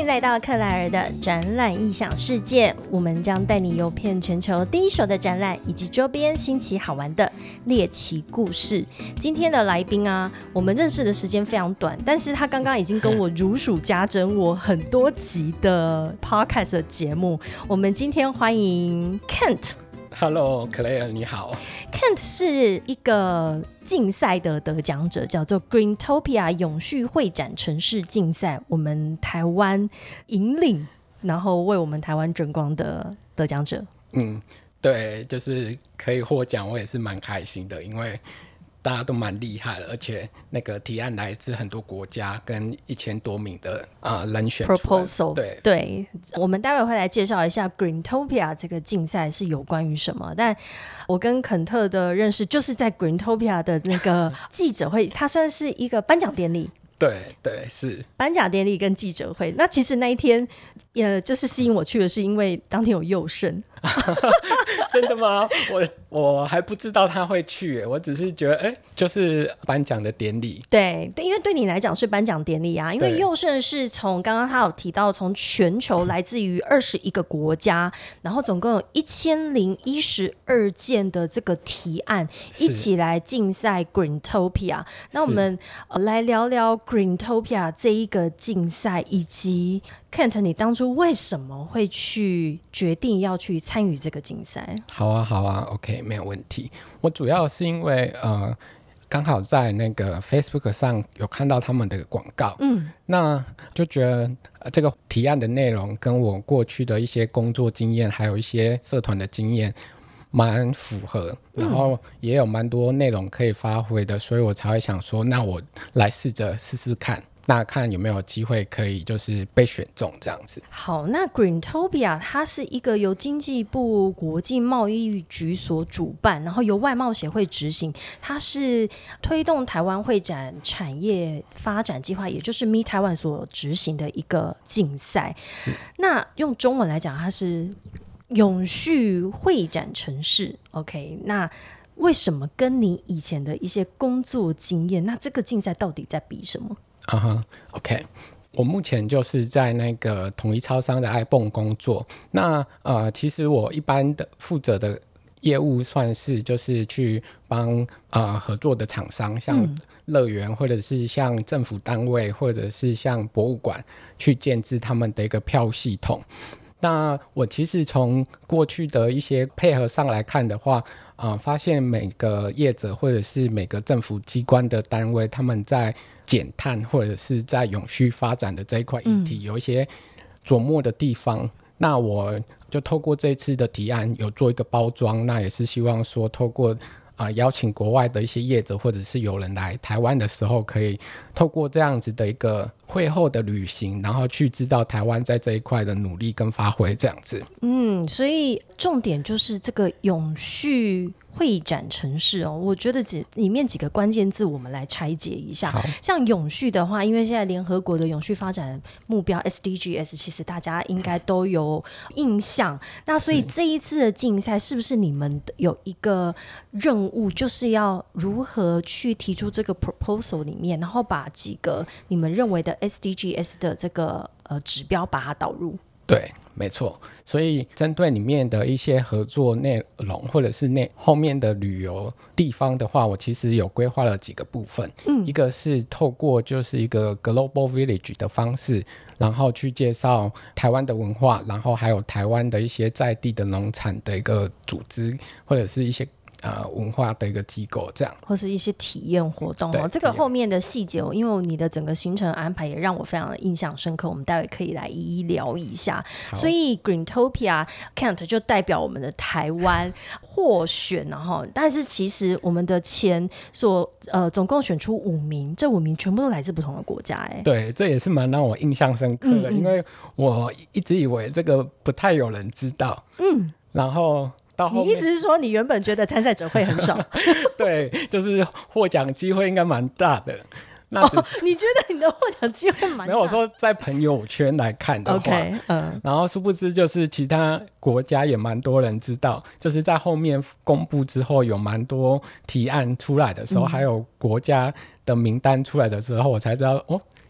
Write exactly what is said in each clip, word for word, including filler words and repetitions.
来到克莱尔的展览异想世界，我们将带你游遍全球第一手的展览以及周边新奇好玩的猎奇故事。今天的来宾啊，我们认识的时间非常短，但是他刚刚已经跟我如数家珍我很多集的 podcast 的节目。我们今天欢迎 Kent。Hello， 克莱尔你好。 Kent 是一个竞赛的得奖者，叫做 Greentopia 永续会展城市竞赛，我们台湾引领，然后为我们台湾争光的得奖者。 嗯，对，就是可以获奖，我也是蛮开心的，因为大家都蛮厉害的，而且那个提案来自很多国家跟一千多名的、呃、人选 proposal。 对对，我们待会会来介绍一下 Greentopia 这个竞赛是有关于什么，但我跟肯特的认识就是在 Greentopia 的那个记者会，它算是一个颁奖典礼。 对对，是颁奖典礼跟记者会。那其实那一天呃，就是吸引我去的是因为当天有佑胜。 真的吗？我我还不知道他会去耶，我只是觉得哎，就是颁奖的典礼。 对对，因为对你来讲是颁奖典礼啊，因为佑胜是从刚刚他有提到从全球来自于二十一个国家，然后总共有一千零一十二件的这个提案一起来竞赛 Greentopia。 那我们、呃、来聊聊 Greentopia 这一个竞赛，以及Kent 你当初为什么会去决定要去参与这个竞赛？ 好啊好啊 OK 没有问题。我主要是因为呃刚好在那个 Facebook 上有看到他们的广告，嗯，那就觉得、呃、这个提案的内容跟我过去的一些工作经验还有一些社团的经验蛮符合，然后也有蛮多内容可以发挥的，所以我才会想说那我来试着试试看，那看有没有机会可以就是被选中这样子。 好，那 Greentopia 它是一个由经济部国际贸易局所主办，然后由外贸协会执行，它是推动台湾会展产业发展计划，也就是 Meet Taiwan 所执行的一个竞赛。 是， 那用中文来讲，它是永续会展城市。 OK， 那为什么跟你以前的一些工作经验，那这个竞赛到底在比什么？ 啊哈 OK， 我目前就是在那个统一超商的iPhone工作。那呃，其实我一般的负责的业务算是就是去帮呃合作的厂商，像乐园、嗯、或者是像政府单位或者是像博物馆去建置他们的一个票系统。那我其实从过去的一些配合上来看的话，呃，发现每个业者或者是每个政府机关的单位，他们在减碳或者是在永续发展的这一块议题、嗯、有一些琢磨的地方。那我就透过这次的提案有做一个包装，那也是希望说透过呃、邀请国外的一些业者或者是有人来台湾的时候，可以透过这样子的一个会后的旅行，然后去知道台湾在这一块的努力跟发挥这样子。 嗯，所以重点就是这个永续会展城市哦，我觉得里面几个关键字我们来拆解一下。像永续的话，因为现在联合国的永续发展目标 S D Gs 其实大家应该都有印象，那所以这一次的竞赛是不是你们有一个任务，就是要如何去提出这个 proposal 里面，然后把几个你们认为的 S D Gs 的这个、呃、指标把它导入？ 对，没错。所以针对里面的一些合作内容或者是内后面的旅游地方的话，我其实有规划了几个部分、嗯、一个是透过就是一个 Global Village 的方式，然后去介绍台湾的文化，然后还有台湾的一些在地的农产的一个组织或者是一些呃，文化的一个机构这样， 或是一些体验活动哦。这个后面的细节、哦、因为你的整个行程安排也让我非常的印象深刻，我们待会可以来一一聊一下。所以 Greentopia Kent 就代表我们的台湾获选，然后但是其实我们的前所呃总共选出五名，这五名全部都来自不同的国家哎。 对，这也是蛮让我印象深刻的、嗯嗯、因为我一直以为这个不太有人知道，嗯，然后你意思是说你原本觉得参赛者会很少？ 对，就是获奖机会应该蛮大的。那只、哦、 你觉得你的获奖机会蛮大？ 没有，我说在朋友圈来看的话、okay, 嗯、然后殊不知就是其他国家也蛮多人知道，就是在后面公布之后有蛮多提案出来的时候、嗯、还有国家的名单出来的时候，我才知道哦，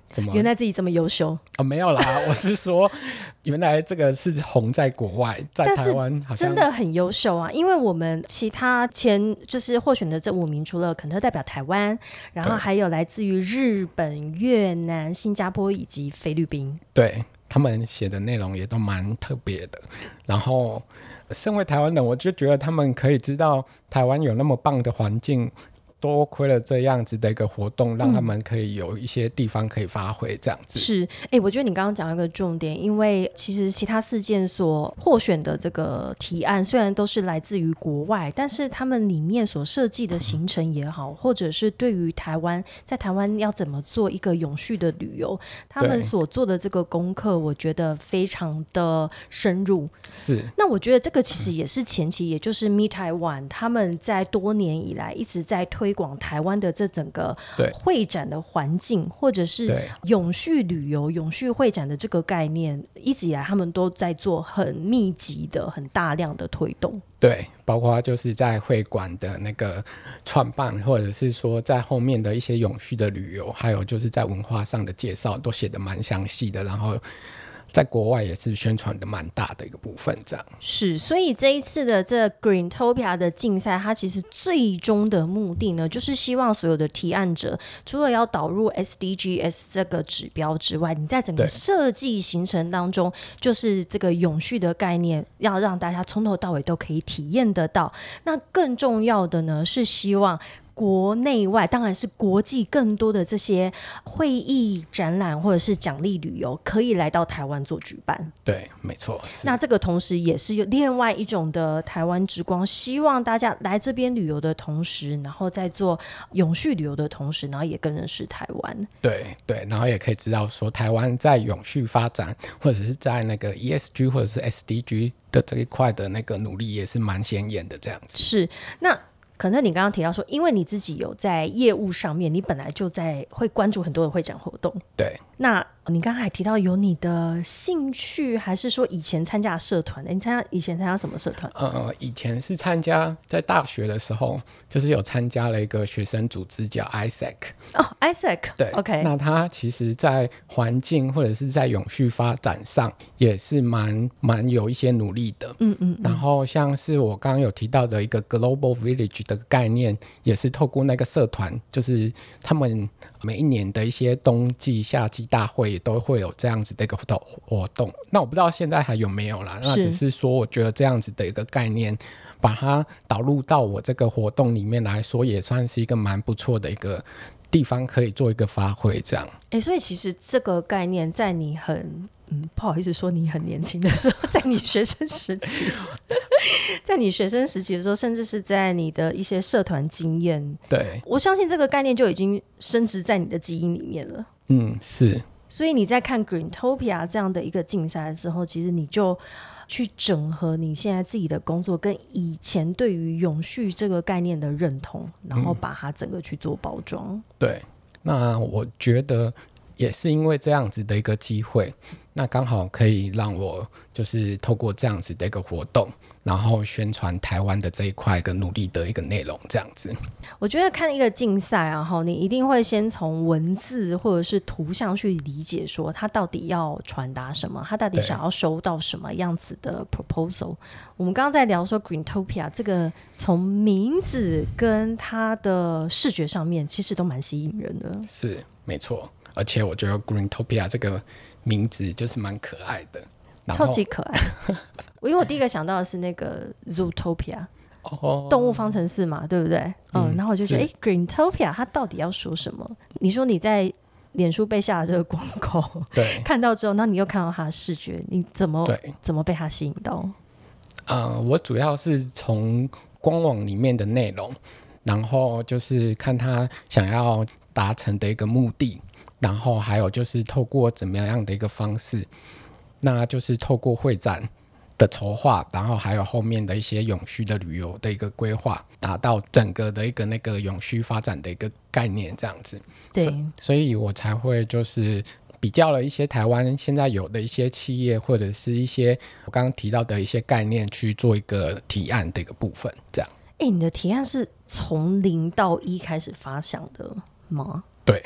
怎么原来自己这么优秀哦，没有啦，我是说，原来这个是红在国外，在台湾好像真的很优秀啊！因为我们其他前就是获选的这五名，除了肯特代表台湾，然后还有来自于日本、越南、新加坡以及菲律宾。 对，他们写的内容也都蛮特别的。然后，身为台湾人，我就觉得他们可以知道台湾有那么棒的环境。多亏了这样子的一个活动，让他们可以有一些地方可以发挥这样子。 是，哎、欸，我觉得你刚刚讲一个重点，因为其实其他四件所获选的这个提案，虽然都是来自于国外，但是他们里面所设计的行程也好，或者是对于台湾，在台湾要怎么做一个永续的旅游，他们所做的这个功课，我觉得非常的深入。 是， 那我觉得这个其实也是前期，也就是 Meet Taiwan 他们在多年以来一直在推广台湾的这整个会展的环境，或者是永续旅游、永续会展的这个概念，一直以来他们都在做很密集的、很大量的推动。 对，包括就是在会馆的那个创办，或者是说在后面的一些永续的旅游，还有就是在文化上的介绍，都写得蛮详细的，然后在国外也是宣传的蛮大的一个部分，这样是。所以这一次的这 Greentopia 的竞赛，它其实最终的目的呢，就是希望所有的提案者，除了要导入 S D Gs 这个指标之外，你在整个设计行程当中，就是这个永续的概念，要让大家从头到尾都可以体验得到。那更重要的呢，是希望国内外，当然是国际更多的这些会议展览或者是奖励旅游可以来到台湾做举办。 对，没错。 那这个同时也是有另外一种的台湾之光，希望大家来这边旅游的同时，然后在做永续旅游的同时，然后也更认识台湾。 对对，然后也可以知道说台湾在永续发展或者是在那个 E S G 或者是 S D G 的这一块的那个努力也是蛮显眼的这样子。 是。那可能你刚刚提到说，因为你自己有在业务上面，你本来就在会关注很多的会展活动。 对。 那你刚才还提到有你的兴趣，还是说以前参加社团？你参加以前参加什么社团？ 呃，以前是参加在大学的时候，就是有参加了一个学生组织叫 I S A C。 哦 ，I S A C。 对 ，OK。 那它其实在环境或者是在永续发展上，也是蛮蛮有一些努力的。嗯嗯嗯。然后像是我刚刚有提到的一个 Global Village 的概念，也是透过那个社团，就是他们每一年的一些冬季、夏季大会也都会有这样子的一个活动。那我不知道现在还有没有啦，那只是说我觉得这样子的一个概念把它导入到我这个活动里面来说，也算是一个蛮不错的一个地方可以做一个发挥这样。 欸，所以其实这个概念在你很嗯，不好意思说你很年轻的时候，在你学生时期在你学生时期的时候，甚至是在你的一些社团经验， 对， 我相信这个概念就已经深植在你的基因里面了。 嗯，是。 所以你在看 Greentopia 这样的一个竞赛的时候，其实你就去整合你现在自己的工作跟以前对于永续这个概念的认同，然后把它整个去做包装。 嗯，对。那我觉得也是因为这样子的一个机会，那刚好可以让我就是透过这样子的一个活动，然后宣传台湾的这一块跟努力的一个内容这样子。 我觉得看一个竞赛啊，你一定会先从文字或者是图像去理解说他到底要传达什么，他到底想要收到什么样子的 proposal。 我们刚刚在聊说 Greentopia 这个从名字跟它的视觉上面其实都蛮吸引人的。 是，没错。而且我觉得 Greentopia 这个名字就是蛮可爱的， 超级可爱因为我第一个想到的是那个 Zootopia，哦，动物方程式嘛，对不对？嗯，嗯，然后我就觉得，哎 ，Greentopia 它到底要说什么？你说你在脸书被下的这个广告， 对， 看到之后，那你又看到它的视觉，你怎么怎么被它吸引到？ 呃，我主要是从官网里面的内容，然后就是看他想要达成的一个目的。然后还有就是透过怎么样的一个方式，那就是透过会展的筹划，然后还有后面的一些永续的旅游的一个规划，达到整个的一个那个永续发展的一个概念这样子。 对， 所, 所以我才会就是比较了一些台湾现在有的一些企业或者是一些我刚刚提到的一些概念去做一个提案的一个部分这样。 欸，你的提案是从零到一开始发想的吗？ 对，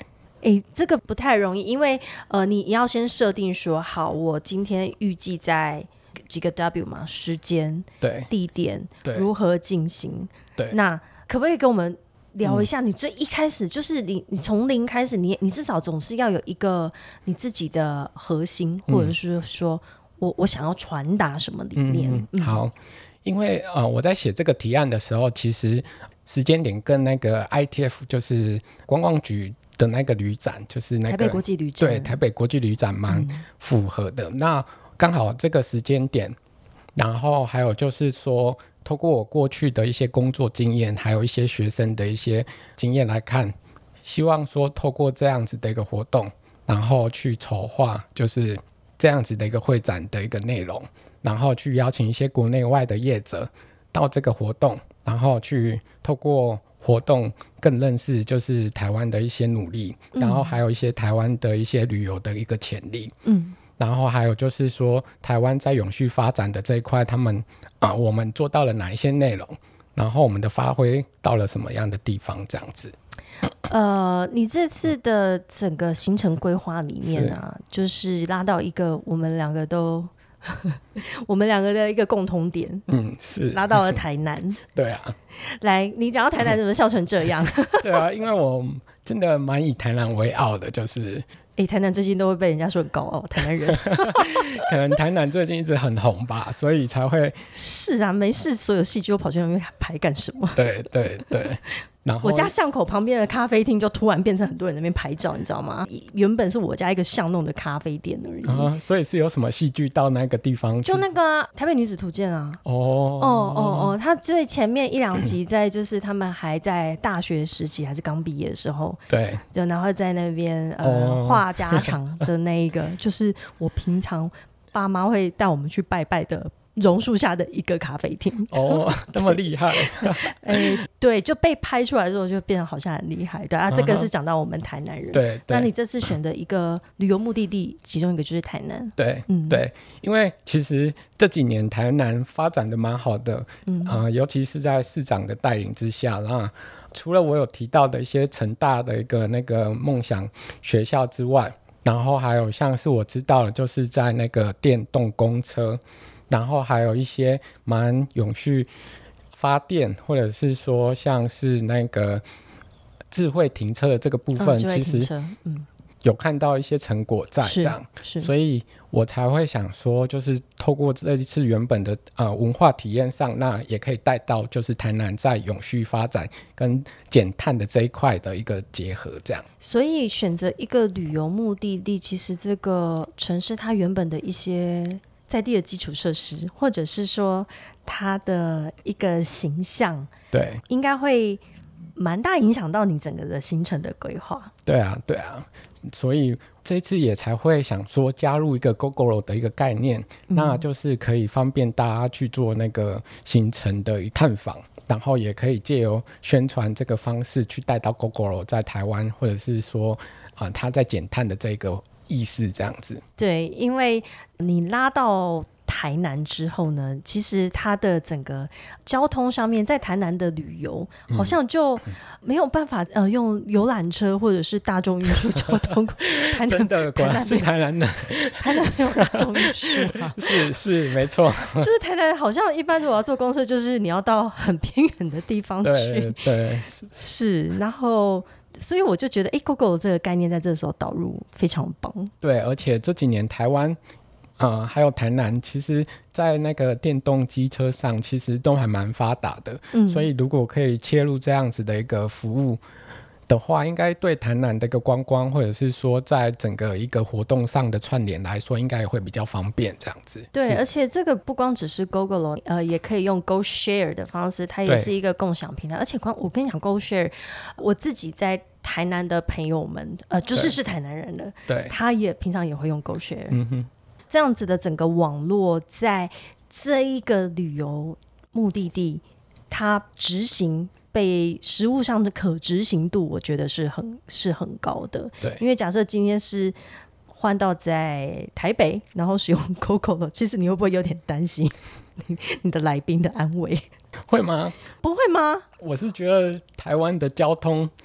哎，这个不太容易，因为呃，你要先设定说，好，我今天预计在几个 W 嘛，时间、 对， 地点， 对， 如何进行？ 对， 那可不可以跟我们聊一下？你最一开始就是你，你从零开始，你你至少总是要有一个你自己的核心， 嗯、 或者是说我我想要传达什么理念？ 嗯嗯、好，因为呃我在写这个提案的时候，其实时间点跟那个 I T F 就是观光局的那个旅展，就是那个台北国际旅展， 对，台北国际旅展蛮符合的。嗯、那刚好这个时间点，然后还有就是说，透过我过去的一些工作经验，还有一些学生的一些经验来看，希望说透过这样子的一个活动，然后去筹划就是这样子的一个会展的一个内容，然后去邀请一些国内外的业者到这个活动，然后去透过活动更认识就是台湾的一些努力，嗯、然后还有一些台湾的一些旅游的一个潜力。嗯。然后还有就是说，台湾在永续发展的这一块，他们啊、呃，我们做到了哪一些内容？然后我们的发挥到了什么样的地方？这样子。 呃，你这次的整个行程规划里面啊，是就是拉到一个我们两个都我们两个的一个共同点，嗯，是拉到了台南。 对啊， 来，你讲到台南怎么笑成这样？ 对啊，因为我真的蛮以台南为傲的，就是。 欸、台南最近都会被人家说很高傲，台南人可能台南最近一直很红吧，所以才会是啊，没事，所有戏剧都跑去那边排干什么？ 对对对。然后我家巷口旁边的咖啡厅就突然变成很多人在那边拍照，你知道吗？原本是我家一个巷弄的咖啡店而已、 啊、所以是有什么戏剧到那个地方去？ 就那个、啊、台北女子图鉴啊。哦哦哦哦，他最前面一两集在就是他们还在大学时期还是刚毕业的时候， 对， 就然后在那边呃话、哦、家常的那一个，就是我平常爸妈会带我们去拜拜的。榕树下的一个咖啡厅哦，那么厉害欸、对，就被拍出来之后就变得好像很厉害。对啊，这个是讲到我们台南人。 对, 对， 那你这次选的一个旅游目的地其中一个就是台南。 对，嗯，对，因为其实这几年台南发展的蛮好的，嗯、呃，尤其是在市长的带领之下，那除了我有提到的一些成大的一个那个梦想学校之外，然后还有像是我知道的就是在那个电动公车，然后还有一些蛮永续发电，或者是说像是那个智慧停车的这个部分，哦、其实有看到一些成果在这样，所以我才会想说，就是透过这一次原本的呃文化体验上，那也可以带到就是台南在永续发展跟减碳的这一块的一个结合，这样。 所以选择一个旅游目的地，其实这个城市它原本的一些在地的基础设施，或者是说它的一个形象， 对， 应该会蛮大影响到你整个的行程的规划。 对啊，对啊，所以这一次也才会想说加入一个 Gogoro 的一个概念，嗯、那就是可以方便大家去做那个行程的探访，然后也可以借由宣传这个方式去带到 Gogoro 在台湾，或者是说啊、呃，他在减碳的这个意思这样子。 对，因为你拉到台南之后呢，其实它的整个交通上面，在台南的旅游好像就没有办法、嗯、呃用游览车或者是大众运输交通。台南真的果然是台南的， 台南没有大众运输啊。 是是没错， 就是台南好像一般如果要坐公车，就是你要到很偏远的地方去。 对对 是, 是，然后。所以我就觉得，哎 ，Gogoro 这个概念在这个时候导入非常棒。 对，而且这几年台湾，呃，还有台南，其实在那个电动机车上，其实都还蛮发达的。嗯，所以如果可以切入这样子的一个服务的话，应该对台南的一个观光，或者是说在整个一个活动上的串联来说，应该也会比较方便这样子。 对，而且这个不光只是 Gogoro， 呃，也可以用 GoShare 的方式，它也是一个共享平台。而且我跟你讲 GoShare， 我自己在台南的朋友们，呃，就是是台南人的， 对， 他也平常也会用 GoShare， 嗯哼， 这样子的整个网络在这一个旅游目的地，它执行。被实务上的可执行度，我觉得是很是很高的。 对， 因为假设今天是换到在台北，然后使用 Gogoro， 其实你会不会有点担心你, 你的来宾的安危？ 会吗？ 不会吗？ 我是觉得台湾的交通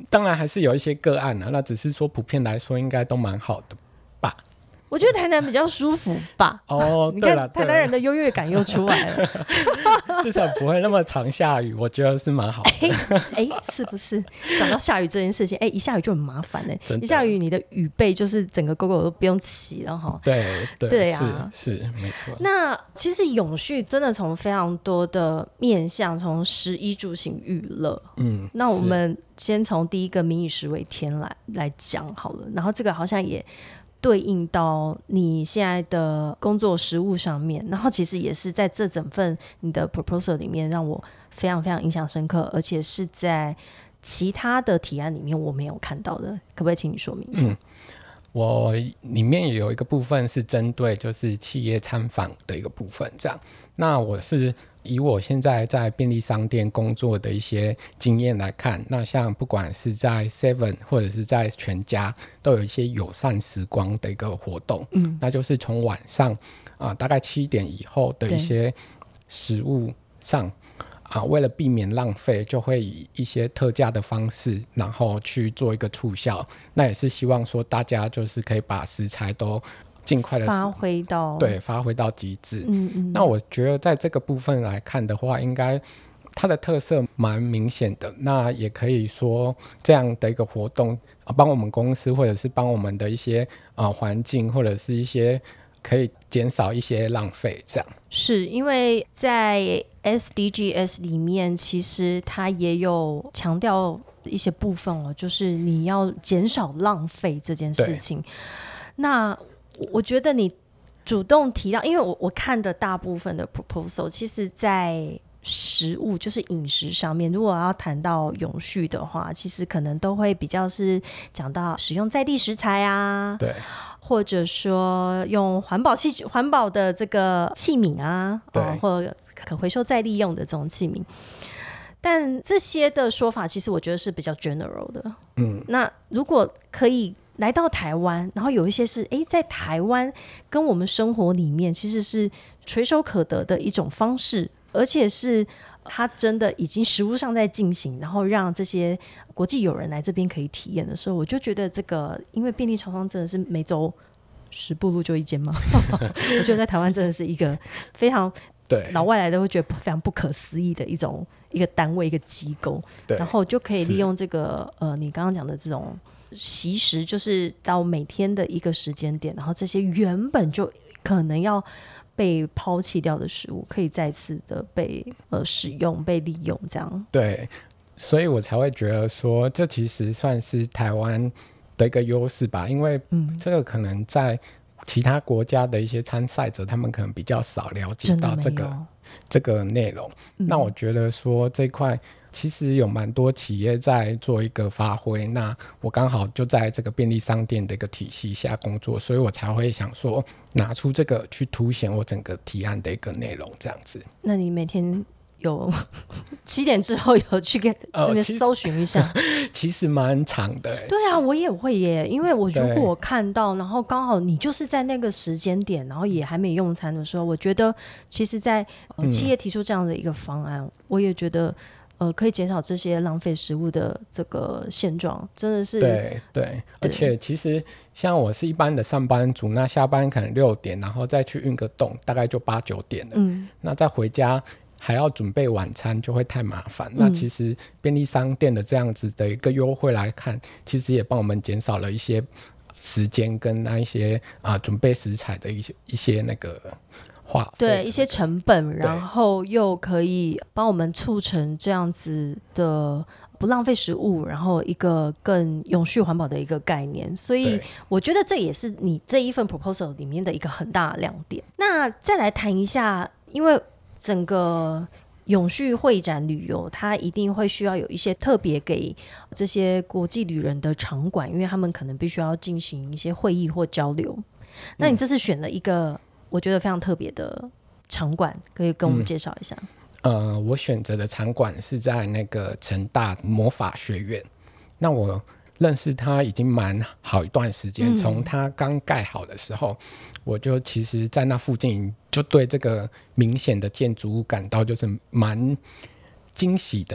当然还是有一些个案啊，那只是说普遍来说应该都蛮好的吧。 我觉得台南比较舒服吧。 哦， 你对了， 看台南人的优越感又出来了， 至少不会那么常下雨，我觉得是蛮好的。 哎、欸欸，是不是？讲到下雨这件事情，哎、欸，一下雨就很麻烦哎、 欸，一下雨你的雨备就是整个狗狗都不用骑了哈。 对对对啊， 是是没错。 那其实永续真的从非常多的面向，从食衣住行娱乐，嗯，那我们先从第一个民以食为天来来讲好了，然后这个好像也对应到你现在的工作实务上面，然后其实也是在这整份你的 proposal 里面让我非常非常印象深刻，而且是在其他的提案里面我没有看到的，可不可以请你说明一下？嗯， 我里面也有一个部分是针对就是企业参访的一个部分，这样。那我是以我现在在便利商店工作的一些经验来看，那像不管是在 Seven 或者是在全家，都有一些友善时光的一个活动，嗯，那就是从晚上啊、呃、大概七点以后的一些食物上啊、呃，为了避免浪费，就会以一些特价的方式，然后去做一个促销。那也是希望说大家就是可以把食材都尽快的发挥到对发挥到极致。 嗯嗯。 那我觉得在这个部分来看的话，应该它的特色蛮明显的。那也可以说这样的一个活动，帮我们公司或者是帮我们的一些啊环境或者是一些可以减少一些浪费，这样。 是因为在 S D Gs 里面，其实它也有强调一些部分哦，就是你要减少浪费这件事情。那我觉得你主动提到，因为我我看的大部分的 proposal， 其实在食物就是饮食上面，如果要谈到永续的话，其实可能都会比较是讲到使用在地食材啊， 对， 或者说用环保器环保的这个器皿啊， 对、 哦，或者可回收再利用的这种器皿。但这些的说法，其实我觉得是比较 general 的。嗯，那如果可以来到台湾，然后有一些是哎，在台湾跟我们生活里面其实是垂手可得的一种方式，而且是它真的已经实务上在进行，然后让这些国际友人来这边可以体验的时候，我就觉得这个，因为便利超商真的是每走十步路就一间嘛我觉得在台湾真的是一个非常对老外来的会觉得非常不可思议的一种一个单位一个机构，然后就可以利用这个呃你刚刚讲的这种习食，就是到每天的一个时间点，然后这些原本就可能要被抛弃掉的食物可以再次的被呃使用被利用，这样。 对，所以我才会觉得说这其实算是台湾的一个优势吧，因为这个可能在其他国家的一些参赛者他们可能比较少了解到这个这个内容、嗯、那我觉得说这块其实有蛮多企业在做一个发挥，那我刚好就在这个便利商店的一个体系下工作，所以我才会想说拿出这个去凸显我整个提案的一个内容这样子。 那你每天有七点之后有去跟那边搜寻一下、 呃、其实蛮长的、欸、 对啊，我也会耶，因为我如果我看到然后刚好你就是在那个时间点然后也还没用餐的时候，我觉得其实在、呃、企业提出这样的一个方案、嗯、我也觉得呃，可以减少这些浪费食物的这个现状，真的是对 对, 对，而且其实像我是一般的上班族，那下班可能六点，然后再去运个动，大概就八九点了。嗯，那再回家还要准备晚餐，就会太麻烦、嗯。那其实便利商店的这样子的一个优惠来看，其实也帮我们减少了一些时间跟那一些啊、呃、准备食材的一些一些那个。 对一些成本，然后又可以帮我们促成这样子的不浪费食物，然后一个更永续环保的一个概念，所以我觉得这也是你这一份 proposal 里面的一个很大的亮点。那再来谈一下，因为整个永续会展旅游它一定会需要有一些特别给这些国际旅人的场馆，因为他们可能必须要进行一些会议或交流。那你这次选了一个、嗯我觉得非常特别的场馆，可以跟我们介绍一下、 嗯、呃，我选择的场馆是在那个成大魔法学院。那我认识它已经蛮好一段时间，从它刚盖好的时候、嗯、我就其实在那附近就对这个明显的建筑物感到就是蛮惊喜的。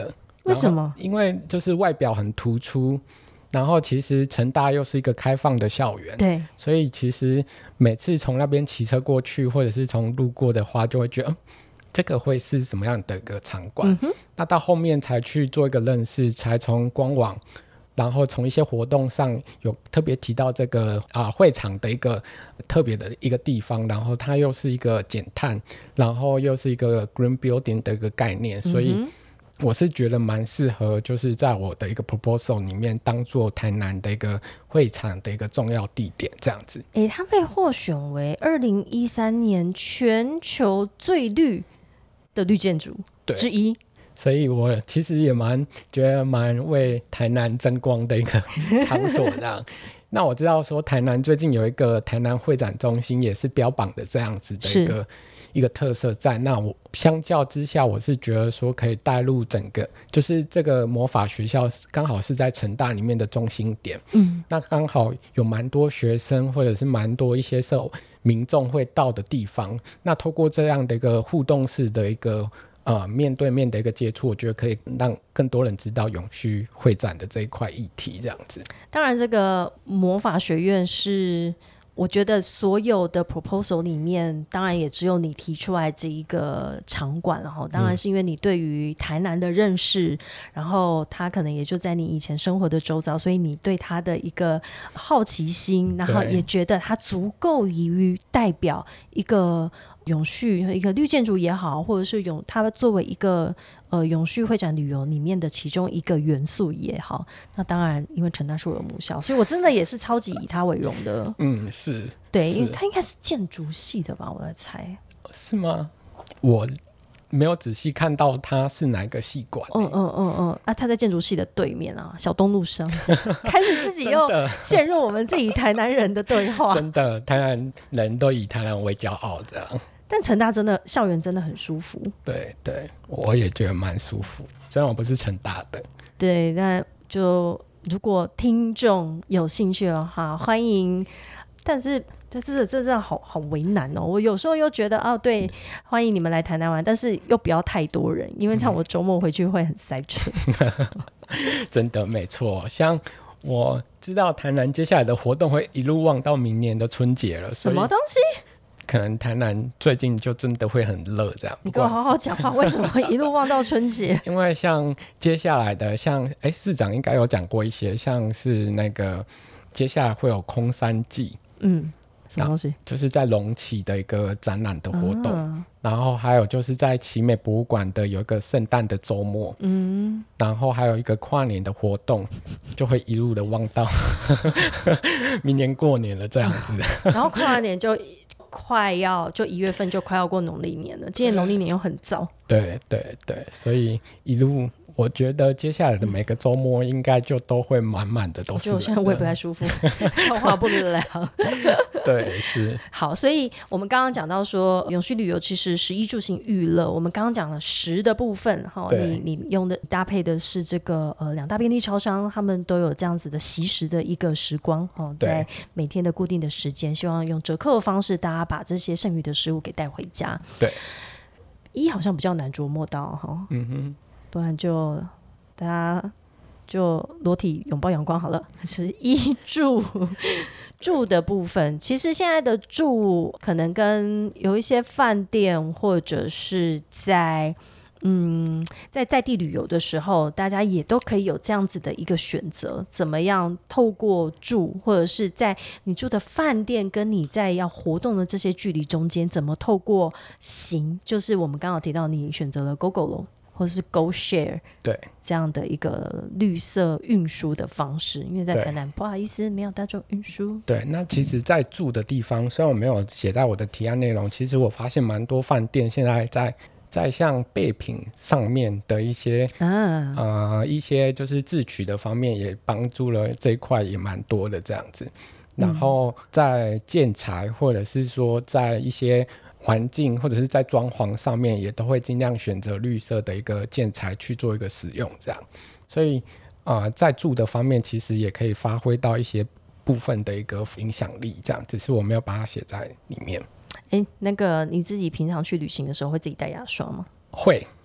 为什么？ 因为就是外表很突出，然后其实成大又是一个开放的校园， 对， 所以其实每次从那边骑车过去，或者是从路过的话，就会觉得、嗯、这个会是什么样的一个场馆、嗯、那到后面才去做一个认识，才从官网，然后从一些活动上有特别提到这个、啊、会场的一个特别的一个地方，然后它又是一个减碳，然后又是一个 green building 的一个概念，所以、嗯我是觉得蛮适合，就是在我的一个 proposal 里面当做台南的一个会场的一个重要地点这样子。 诶，它被获选为二零一三年全球最绿的绿建筑之一， 所以我其实也蛮觉得蛮为台南争光的一个场所这样。那我知道说台南最近有一个台南会展中心也是标榜的这样子的一个一个特色在，那我相较之下我是觉得说可以带入整个就是这个魔法学校刚好是在成大里面的中心点，嗯，那刚好有蛮多学生或者是蛮多一些社民众会到的地方，那透过这样的一个互动式的一个呃面对面的一个接触，我觉得可以让更多人知道永续会展的这一块议题这样子。 当然这个魔法学院是我觉得所有的 proposal 里面当然也只有你提出来这一个场馆，然后当然是因为你对于台南的认识、嗯、然后他可能也就在你以前生活的周遭，所以你对他的一个好奇心，然后也觉得他足够于代表一个永续一个绿建筑也好，或者是永它作为一个呃永续会展旅游里面的其中一个元素也好，那当然因为成大是我的母校，所以我真的也是超级以它为荣的。 嗯，是， 对，因为它应该是建筑系的吧，我在猜。 是吗？我没有仔细看到它是哪一个系馆、欸。 嗯嗯嗯嗯，啊，他在建筑系的对面啊，小东路上，开始自己又陷入我们自己台南人的对话。 真的，台南人都以台南为骄傲，这样。 但成大真的校园真的很舒服。 对对，我也觉得蛮舒服，虽然我不是成大的。 对，那就如果听众有兴趣的话，欢迎。但是这这这这好好为难哦！我有时候又觉得哦，对，欢迎你们来台南玩，但是又不要太多人，因为这样我周末回去会很塞车。 真的没错，像我知道台南接下来的活动会一路望到明年的春节了。 什么东西？ 可能台南最近就真的会很热这样。 你跟我好好讲话，为什么一路望到春节？因为像接下来的像哎，市长应该有讲过一些，像是那个接下来会有空山祭，嗯， 什么东西？ 就是在龙崎的一个展览的活动、啊、然后还有就是在奇美博物馆的有一个圣诞的周末，嗯，然后还有一个跨年的活动，就会一路的望到明年过年了这样子。 然后跨年就快要就一月份就快要过农历年了，今年农历年又很早。 对对对，所以一路我觉得接下来的每个周末应该就都会满满的都是人。 我觉得我现在胃不太舒服，消化不良。 对，是。 好，所以我们刚刚讲到说永续旅游其实食衣住行娱乐，我们刚刚讲了食的部分，你你用的搭配的是这个呃两大便利超商，他们都有这样子的惜食的一个时光，在每天的固定的时间，希望用折扣的方式，大家把这些剩余的食物给带回家。 对， 衣好像比较难琢磨到哈，嗯哼。不然就大家就裸体拥抱阳光好了。是衣住住的部分，其实现在的住可能跟有一些饭店或者是在嗯在在地旅游的时候，大家也都可以有这样子的一个选择，怎么样透过住或者是在你住的饭店跟你在要活动的这些距离中间，怎么透过行，就是我们刚刚提到你选择了 GoGo 或者是 GoShare 对这样的一个绿色运输的方式，因为在台南不好意思没有大众运输。 对，那其实在住的地方，虽然我没有写在我的提案内容，其实我发现蛮多饭店现在在在像备品上面的一些、啊呃、一些就是自取的方面也帮助了这一块也蛮多的这样子。然后在建材或者是说在一些环境或者是在装潢上面也都会尽量选择绿色的一个建材去做一个使用这样，所以、呃、在住的方面其实也可以发挥到一些部分的一个影响力这样，只是我没有把它写在里面。 诶，那个你自己平常去旅行的时候会自己带牙刷吗？ 会，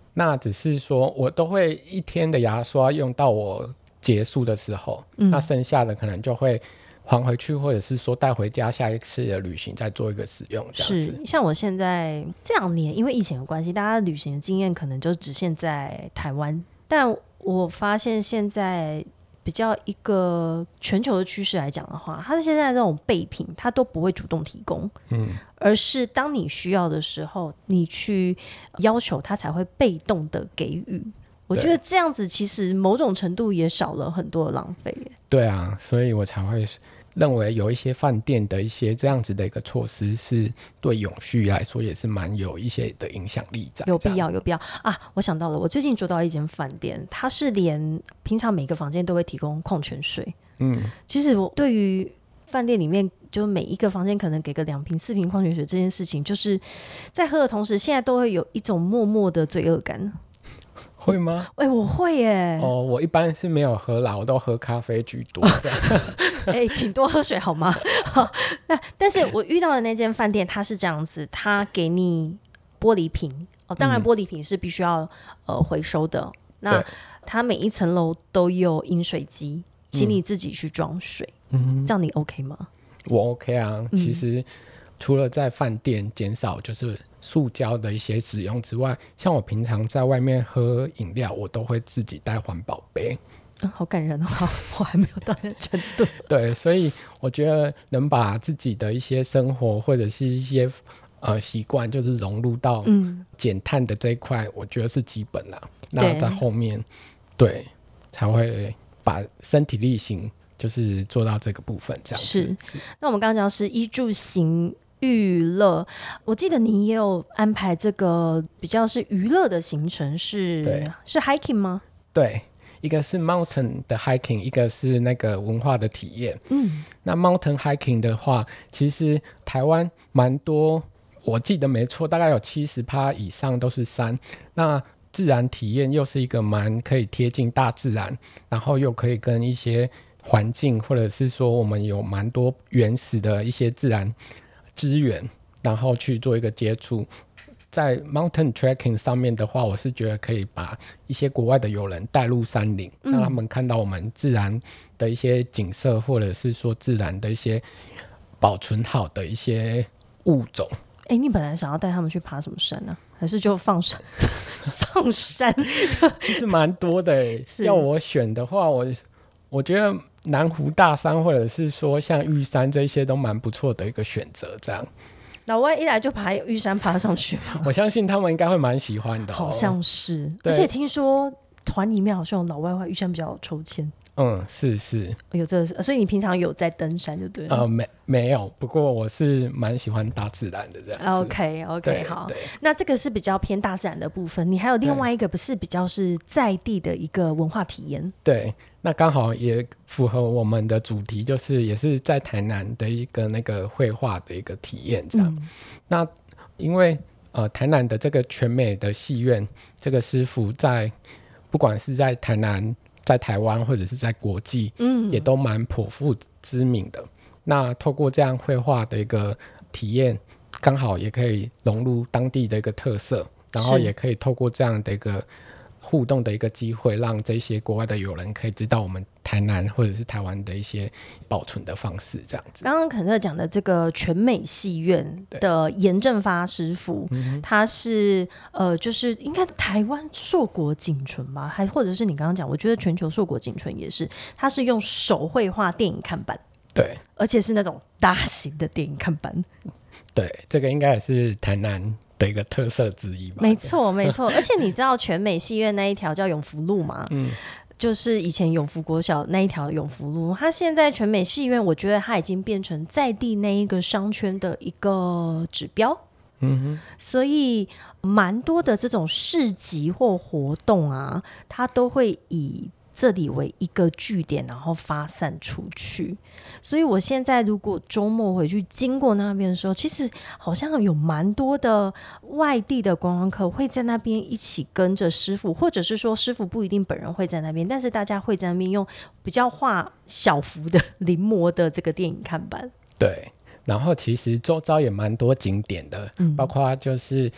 那只是说我都会一天的牙刷用到我结束的时候、嗯、那剩下的可能就会还回去，或者是说带回家下一次的旅行再做一个使用这样子。 是，像我现在这两年因为疫情的关系，大家旅行的经验可能就只限在台湾，但我发现现在比较一个全球的趋势来讲的话，它现在这种备品它都不会主动提供，嗯，而是当你需要的时候你去要求它才会被动的给予。我觉得这样子其实某种程度也少了很多的浪费耶。 对啊，所以我才会认为有一些饭店的一些这样子的一个措施是对永续来说也是蛮有一些的影响力在。 有必要有必要啊！我想到了，我最近住到一间饭店，它是连平常每个房间都会提供矿泉水。嗯，其实我对于饭店里面就每一个房间可能给个两瓶四瓶矿泉水这件事情，就是在喝的同时现在都会有一种默默的罪恶感。 会吗？ 哎、欸，我会耶。 哦，我一般是没有喝啦，我都喝咖啡居多这样。 哎欸，请多喝水好吗？好，那但是我遇到的那间饭店，它是这样子，它给你玻璃瓶哦，当然玻璃瓶是必须要、嗯、呃回收的。那它每一层楼都有饮水机，请你自己去装水。嗯，这样你 OK 吗？ 我 OK 啊，其实。嗯，除了在饭店减少就是塑胶的一些使用之外，像我平常在外面喝饮料我都会自己带环保杯、 嗯、好感人哦，我还没有到那个程度。 对，所以我觉得能把自己的一些生活或者是一些呃习惯就是融入到减碳的这一块、嗯、我觉得是基本啦。那在后面对才会把身体力行就是做到这个部分这样子。 是, 是那我们刚刚讲的是衣住行娱乐，我记得你也有安排这个比较是娱乐的行程，是是 hiking 吗？ 对，一个是 mountain 的 hiking， 一个是那个文化的体验。嗯，那 mountain hiking 的话，其实台湾蛮多，我记得没错，大概有 百分之七十 以上都是山。那自然体验又是一个蛮可以贴近大自然，然后又可以跟一些环境，或者是说我们有蛮多原始的一些自然资源，然后去做一个接触。在 mountain trekking 上面的话，我是觉得可以把一些国外的友人带入山林、嗯、让他们看到我们自然的一些景色，或者是说自然的一些保存好的一些物种。 哎、欸，你本来想要带他们去爬什么山呢、啊？还是就放山？放山其实蛮多的耶。要我选的话，我我觉得南湖大山或者是说像玉山这些都蛮不错的一个选择。这样老外一来就爬玉山爬上去吗？ 我相信他们应该会蛮喜欢的、哦、 好像是。而且听说团里面好像有老外话玉山比较抽签。 嗯，是是有这个，所以你平常有在登山就对了。 呃，没没有，不过我是蛮喜欢大自然的这样子。 OK OK， 好，那这个是比较偏大自然的部分。你还有另外一个不是比较是在地的一个文化体验？ 对，那刚好也符合我们的主题，就是也是在台南的一个那个绘画的一个体验这样。嗯、那因为呃台南的这个全美的戏院，这个师傅在不管是在台南，在台湾或者是在国际、嗯、也都蛮颇负知名的。那透过这样绘画的一个体验，刚好也可以融入当地的一个特色，然后也可以透过这样的一个互动的一个机会，让这些国外的友人可以知道我们台南或者是台湾的一些保存的方式这样子。 刚刚肯特讲的这个全美戏院的严正发师傅、嗯、他是呃，就是应该台湾硕果仅存吧，还或者是你刚刚讲我觉得全球硕果仅存也是，他是用手绘画电影看板。 对， 而且是那种大型的电影看板。 对，这个应该也是台南的一个特色之一吧。 没错没错。而且你知道全美戏院那一条叫永福路吗？嗯，就是以前永福国小那一条永福路，它现在全美戏院我觉得它已经变成在地那一个商圈的一个指标。嗯哼，所以蛮多的这种市集或活动啊，它都会以这里为一个据点，然后发散出去。所以我现在如果周末回去经过那边的时候，其实好像有蛮多的外地的观光客会在那边一起跟着师傅，或者是说师傅不一定本人会在那边，但是大家会在那边用比较画小幅的临摹的这个电影看板。 对，然后其实周遭也蛮多景点的、嗯、包括就是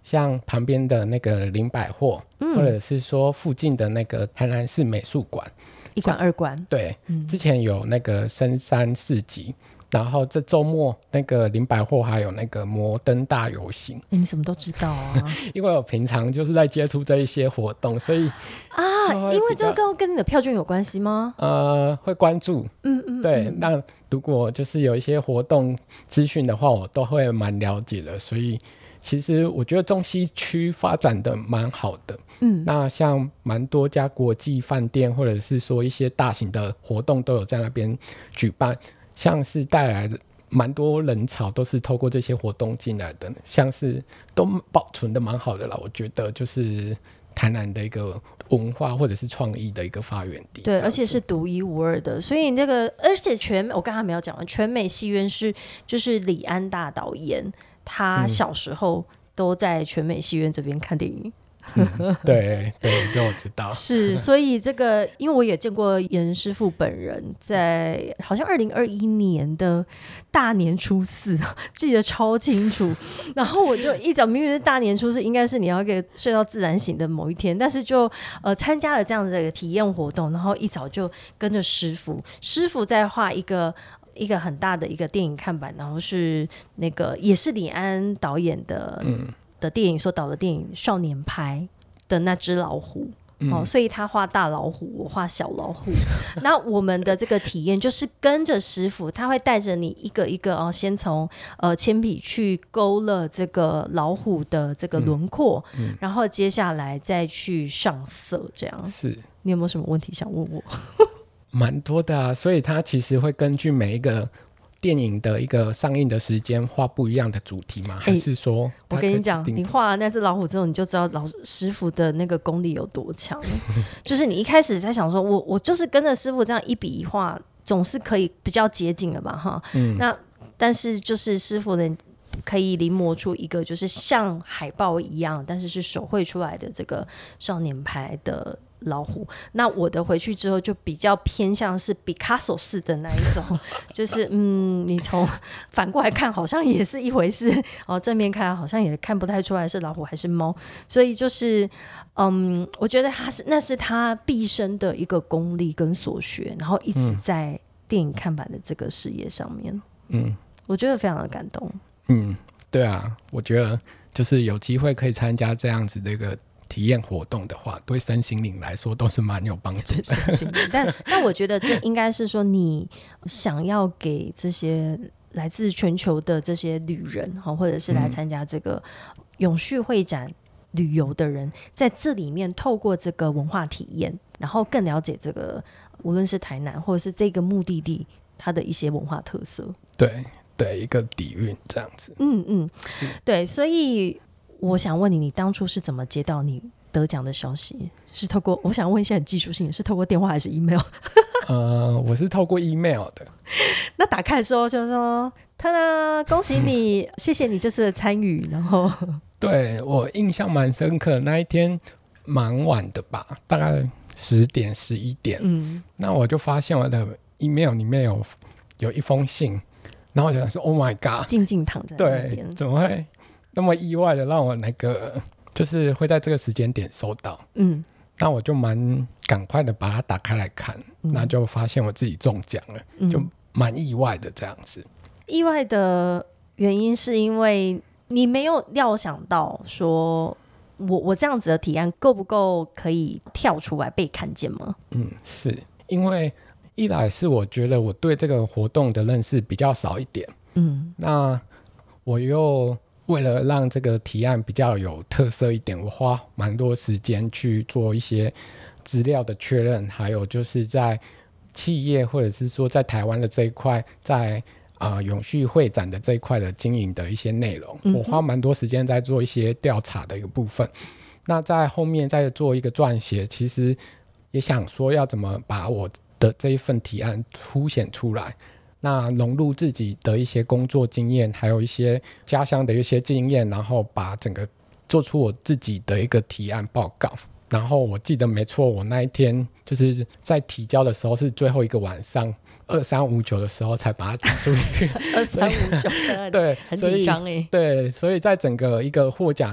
像旁边的那个林百货、嗯、或者是说附近的那个台南市美术馆， 一馆二馆， 对、嗯、之前有那个深山市集，然后这周末那个林百货还有那个摩登大游行、 欸、你什么都知道啊因为我平常就是在接触这一些活动，所以啊，因为这个跟你的票券有关系吗？ 呃，会关注，嗯嗯，对，那如果就是有一些活动资讯的话，我都会蛮了解的，所以其实我觉得中西区发展的蛮好的，嗯，那像蛮多家国际饭店或者是说一些大型的活动都有在那边举办，像是带来的蛮多人潮都是透过这些活动进来的，像是都保存的蛮好的啦，我觉得就是台南的一个文化或者是创意的一个发源地， 对，而且是独一无二的，所以那个而且全我刚才没有讲完，全美戏院是就是李安大导演他小时候都在全美戏院这边看电影， 嗯、对对，这我知道。 是，所以这个因为我也见过严师傅本人，在好像二零二一年的大年初四，记得超清楚。然后我就一早明明是大年初四，应该是你要给睡到自然醒的某一天，但是就呃参加了这样的一个体验活动，然后一早就跟着师傅，师傅在画一个。一个很大的一个电影看板，然后是那个也是李安导演的、嗯、的电影所导的电影《少年派》的那只老虎、嗯哦、所以他画大老虎，我画小老虎那我们的这个体验就是跟着师傅，他会带着你一个一个、哦、先从呃铅笔去勾勒这个老虎的这个轮廓、嗯嗯、然后接下来再去上色，这样是。 你有没有什么问题想问我？ 蛮多的啊，所以它其实会根据每一个电影的一个上映的时间画不一样的主题吗？还是说、欸、 我跟你讲，你画了那只老虎之后，你就知道老师傅的那个功力有多强就是你一开始在想说我我就是跟着师傅这样一笔一画总是可以比较接近了吧哈、嗯，那但是就是师傅的可以临摹出一个就是像海报一样但是是手绘出来的这个少年派的老虎，那我的回去之后就比较偏向是毕卡索式的那一种就是嗯，你从反过来看好像也是一回事哦，正面看好像也看不太出来是老虎还是猫，所以就是嗯，我觉得他是那是他毕生的一个功力跟所学，然后一直在电影看板的这个事业上面，嗯，我觉得非常的感动。嗯， 对啊，我觉得就是有机会可以参加这样子的一个体验活动的话，对身心灵来说都是蛮有帮助的。 身心灵但但我觉得这应该是说你想要给这些来自全球的这些旅人或者是来参加这个永续会展旅游的人、嗯、在这里面透过这个文化体验，然后更了解这个无论是台南或者是这个目的地它的一些文化特色。 对对，一个底蕴这样子。 嗯嗯，对，所以我想问你，你当初是怎么接到你得奖的消息？是透过，我想问一下很技术性，是透过电话还是 email？ 呃，我是透过 email 的。 那打开的时候就说：“他呢，恭喜你，谢谢你这次的参与。”然后， 对，我印象蛮深刻，那一天蛮晚的吧，大概十点、十一点。嗯，那我就发现我的 email 里面有有一封信。然后我就想说 Oh my god， 静静躺在那边， 对，怎么会那么意外的让我那个就是会在这个时间点收到。嗯，那我就蛮赶快的把它打开来看、嗯、那就发现我自己中奖了、嗯、就蛮意外的这样子。 意外的原因是因为你没有料想到说我我这样子的提案够不够可以跳出来被看见吗？ 嗯，是因为一来是我觉得我对这个活动的认识比较少一点，嗯，那我又为了让这个提案比较有特色一点，我花蛮多时间去做一些资料的确认，还有就是在企业或者是说在台湾的这一块，在、呃、永续会展的这一块的经营的一些内容、嗯、我花蛮多时间在做一些调查的一个部分，那在后面再做一个撰写，其实也想说要怎么把我的这一份提案凸显出来，那融入自己的一些工作经验，还有一些家乡的一些经验，然后把整个做出我自己的一个提案报告。然后我记得没错，我那一天就是在提交的时候是最后一个晚上二三五九的时候才把它提出去。 二三五九对，很紧张耶。 对，所以在整个一个获奖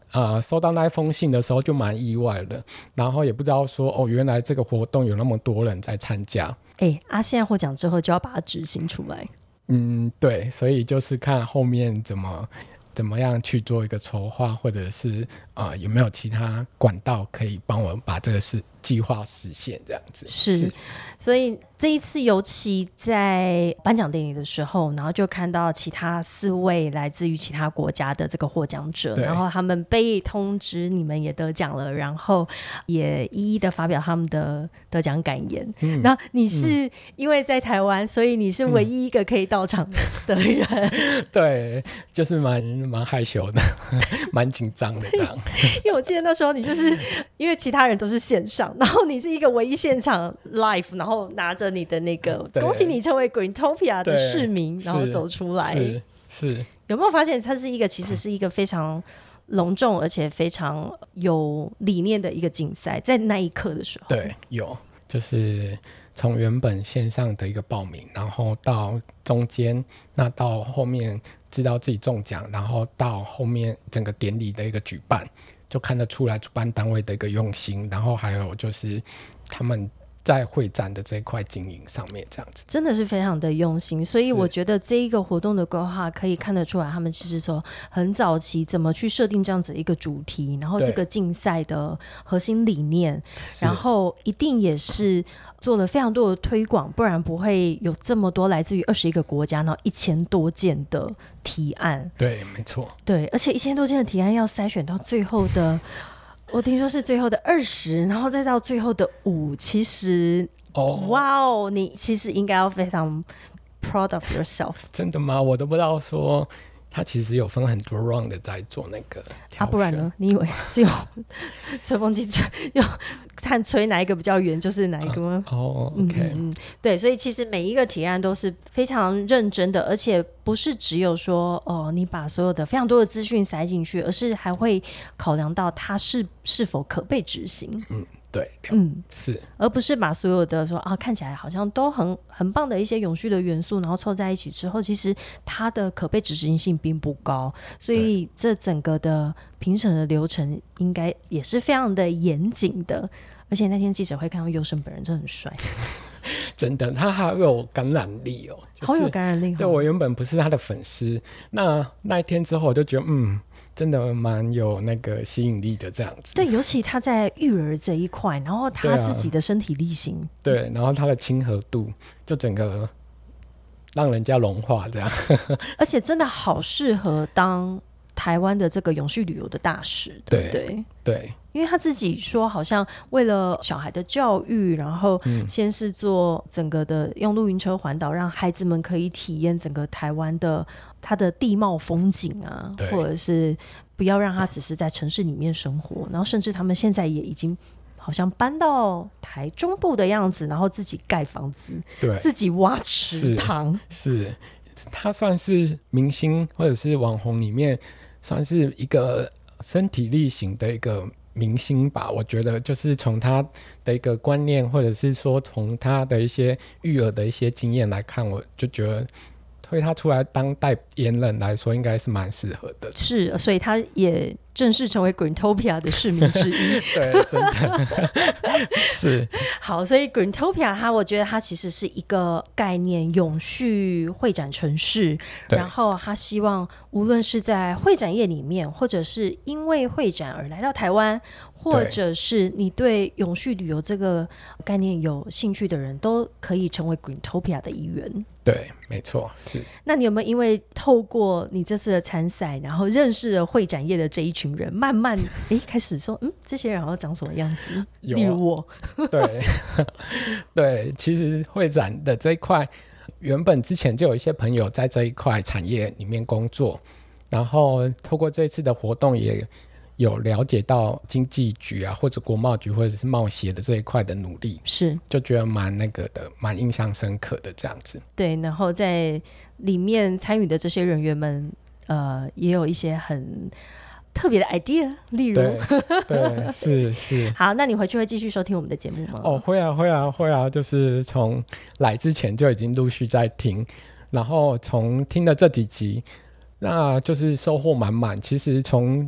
呃收到那一封信的时候就蛮意外的，然后也不知道说哦，原来这个活动有那么多人在参加。 哎、欸，啊，现在获奖之后就要把它执行出来。 嗯，对，所以就是看后面怎么怎么样去做一个筹划，或者是呃有没有其他管道可以帮我把这个事计划实现，这样子。 是，是所以这一次尤其在颁奖典礼的时候，然后就看到其他四位来自于其他国家的这个获奖者，然后他们被通知你们也得奖了，然后也一一的发表他们的得奖感言。嗯、然后你是因为在台湾、嗯，所以你是唯一一个可以到场的人。 嗯、对，就是蛮蛮害羞的，蛮紧张的这样。 因为我记得那时候你就是因为其他人都是线上，然后你是一个唯一现场 live， 然后拿着你的那个恭喜你成为 Greentopia 的市民，然后走出来。 是是， 有没有发现它是一个其实是一个非常隆重而且非常有理念的一个竞赛？在那一刻的时候， 对，有，就是从原本线上的一个报名，然后到中间，那到后面知道自己中奖，然后到后面整个典礼的一个举办，就看得出来主办单位的一个用心，然后还有就是他们在会展的这一块经营上面，这样子真的是非常的用心。所以我觉得这一个活动的规划可以看得出来，他们其实说很早期怎么去设定这样子一个主题，然后这个竞赛的核心理念，然后一定也是做了非常多的推广，不然不会有这么多来自于二十一个国家，然后一千多件的提案。 对，没错。对， 而且一千多件的提案要筛选到最后的我听说是最后的二十，然后再到最后的五，其实哇哦，你其实应该要非常 proud of yourself。 真的吗？我都不知道说他其实有分很多 round 的在做那个挑选啊， 不然呢？你以为是有吹风机有看吹哪一个比较远就是哪一个吗？ 哦、uh, OK， 嗯嗯，对，所以其实每一个提案都是非常认真的，而且不是只有说哦，你把所有的非常多的资讯塞进去，而是还会考量到它是是否可被执行。 嗯，对， 嗯， 是， 而不是把所有的说啊看起来好像都很很棒的一些永续的元素，然后凑在一起之后，其实它的可被执行性并不高，所以这整个的评审的流程应该也是非常的严谨的。而且那天记者会看到优胜本人真的很帅。 真的，他还有感染力哦、就是、 好有感染力、哦、 对，我原本不是他的粉丝，那那一天之后我就觉得嗯真的蛮有那个吸引力的这样子。 对，尤其他在育儿这一块，然后他自己的身体力行， 对,、啊、对，然后他的亲和度就整个让人家融化这样。 而且真的好适合当台湾的这个永续旅游的大使，对不对？ 对， 因为他自己说好像为了小孩的教育，然后先是做整个的用露营车环岛，让孩子们可以体验整个台湾的它的地貌风景啊，或者是不要让他只是在城市里面生活，然后甚至他们现在也已经好像搬到台中部的样子，然后自己盖房子，对，自己挖池塘， 是, 是他算是明星或者是网红里面算是一个身体力行的一个明星吧。我觉得就是从他的一个观念，或者是说从他的一些育儿的一些经验来看，我就觉得推他出来当代言人来说应该是蛮适合的。 是，所以他也正式成为 Greentopia 的市民之一。 对，真的是。 好，所以 Greentopia 它我觉得它其实是一个概念，永续会展城市，然后他希望无论是在会展业里面，或者是因为会展而来到台湾，或者是你对永续旅游这个概念有兴趣的人，都可以成为 Greentopia 的一员。 对，没错，是。 那你有没有因为透过你这次的参赛，然后认识了会展业的这一群人，慢慢诶开始说，嗯，这些人好像长什么样子？ 有、啊， 例如我。 对，对，其实会展的这一块，原本之前就有一些朋友在这一块产业里面工作，然后透过这一次的活动也有了解到经济局啊，或者国贸局或者是贸协的这一块的努力， 是就觉得蛮那个的，蛮印象深刻的这样子。 对，然后在里面参与的这些人员们，呃，也有一些很特别的 idea， 例如， 对，对是是。 好，那你回去会继续收听我们的节目吗？ 哦，会啊，会啊，会啊，就是从来之前就已经陆续在听，然后从听了这几集，那就是收获满满。其实从这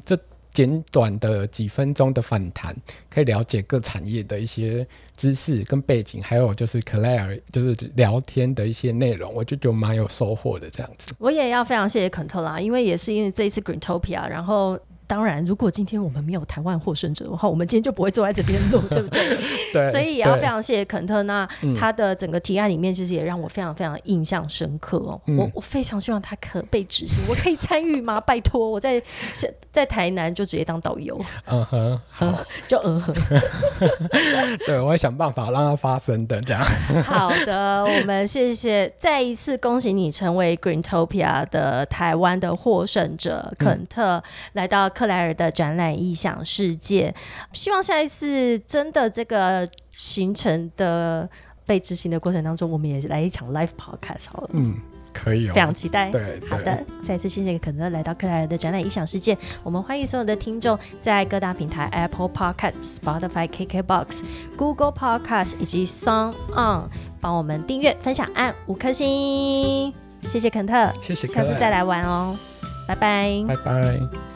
简短的几分钟的访谈，可以了解各产业的一些知识跟背景，还有就是 Claire 就是聊天的一些内容，我就觉得蛮有收获的这样子。 我也要非常谢谢肯特啦，因为也是因为这一次 Greentopia， 然后当然如果今天我们没有台湾获胜者的话，我们今天就不会坐在这边录对不对？ 对， 所以也要非常谢谢肯特。那他的整个提案里面其实也让我非常非常印象深刻哦。嗯、我我非常希望他可被执行，我可以参与吗？拜托，我在在台南就直接当导游。 嗯哼，好， 就嗯哼。 对，我会想办法让它发生的这样。 好的，我们谢谢，再一次恭喜你成为 Greentopia 的台湾的获胜者肯特，嗯、来到克莱尔的展览异想世界。希望下一次真的这个行程的被执行的过程当中，我们也来一场 live podcast 好了。嗯， 可以哦， 非常期待。 对， 好的，再次谢谢肯特来到克莱尔的展览异想世界。我们欢迎所有的听众在各大平台 Apple Podcast、Spotify、K K Box、Google Podcast 以及 Sound On 帮我们订阅、分享、按五颗星。谢谢肯特， 谢谢， 下次再来玩哦，拜拜， 拜拜。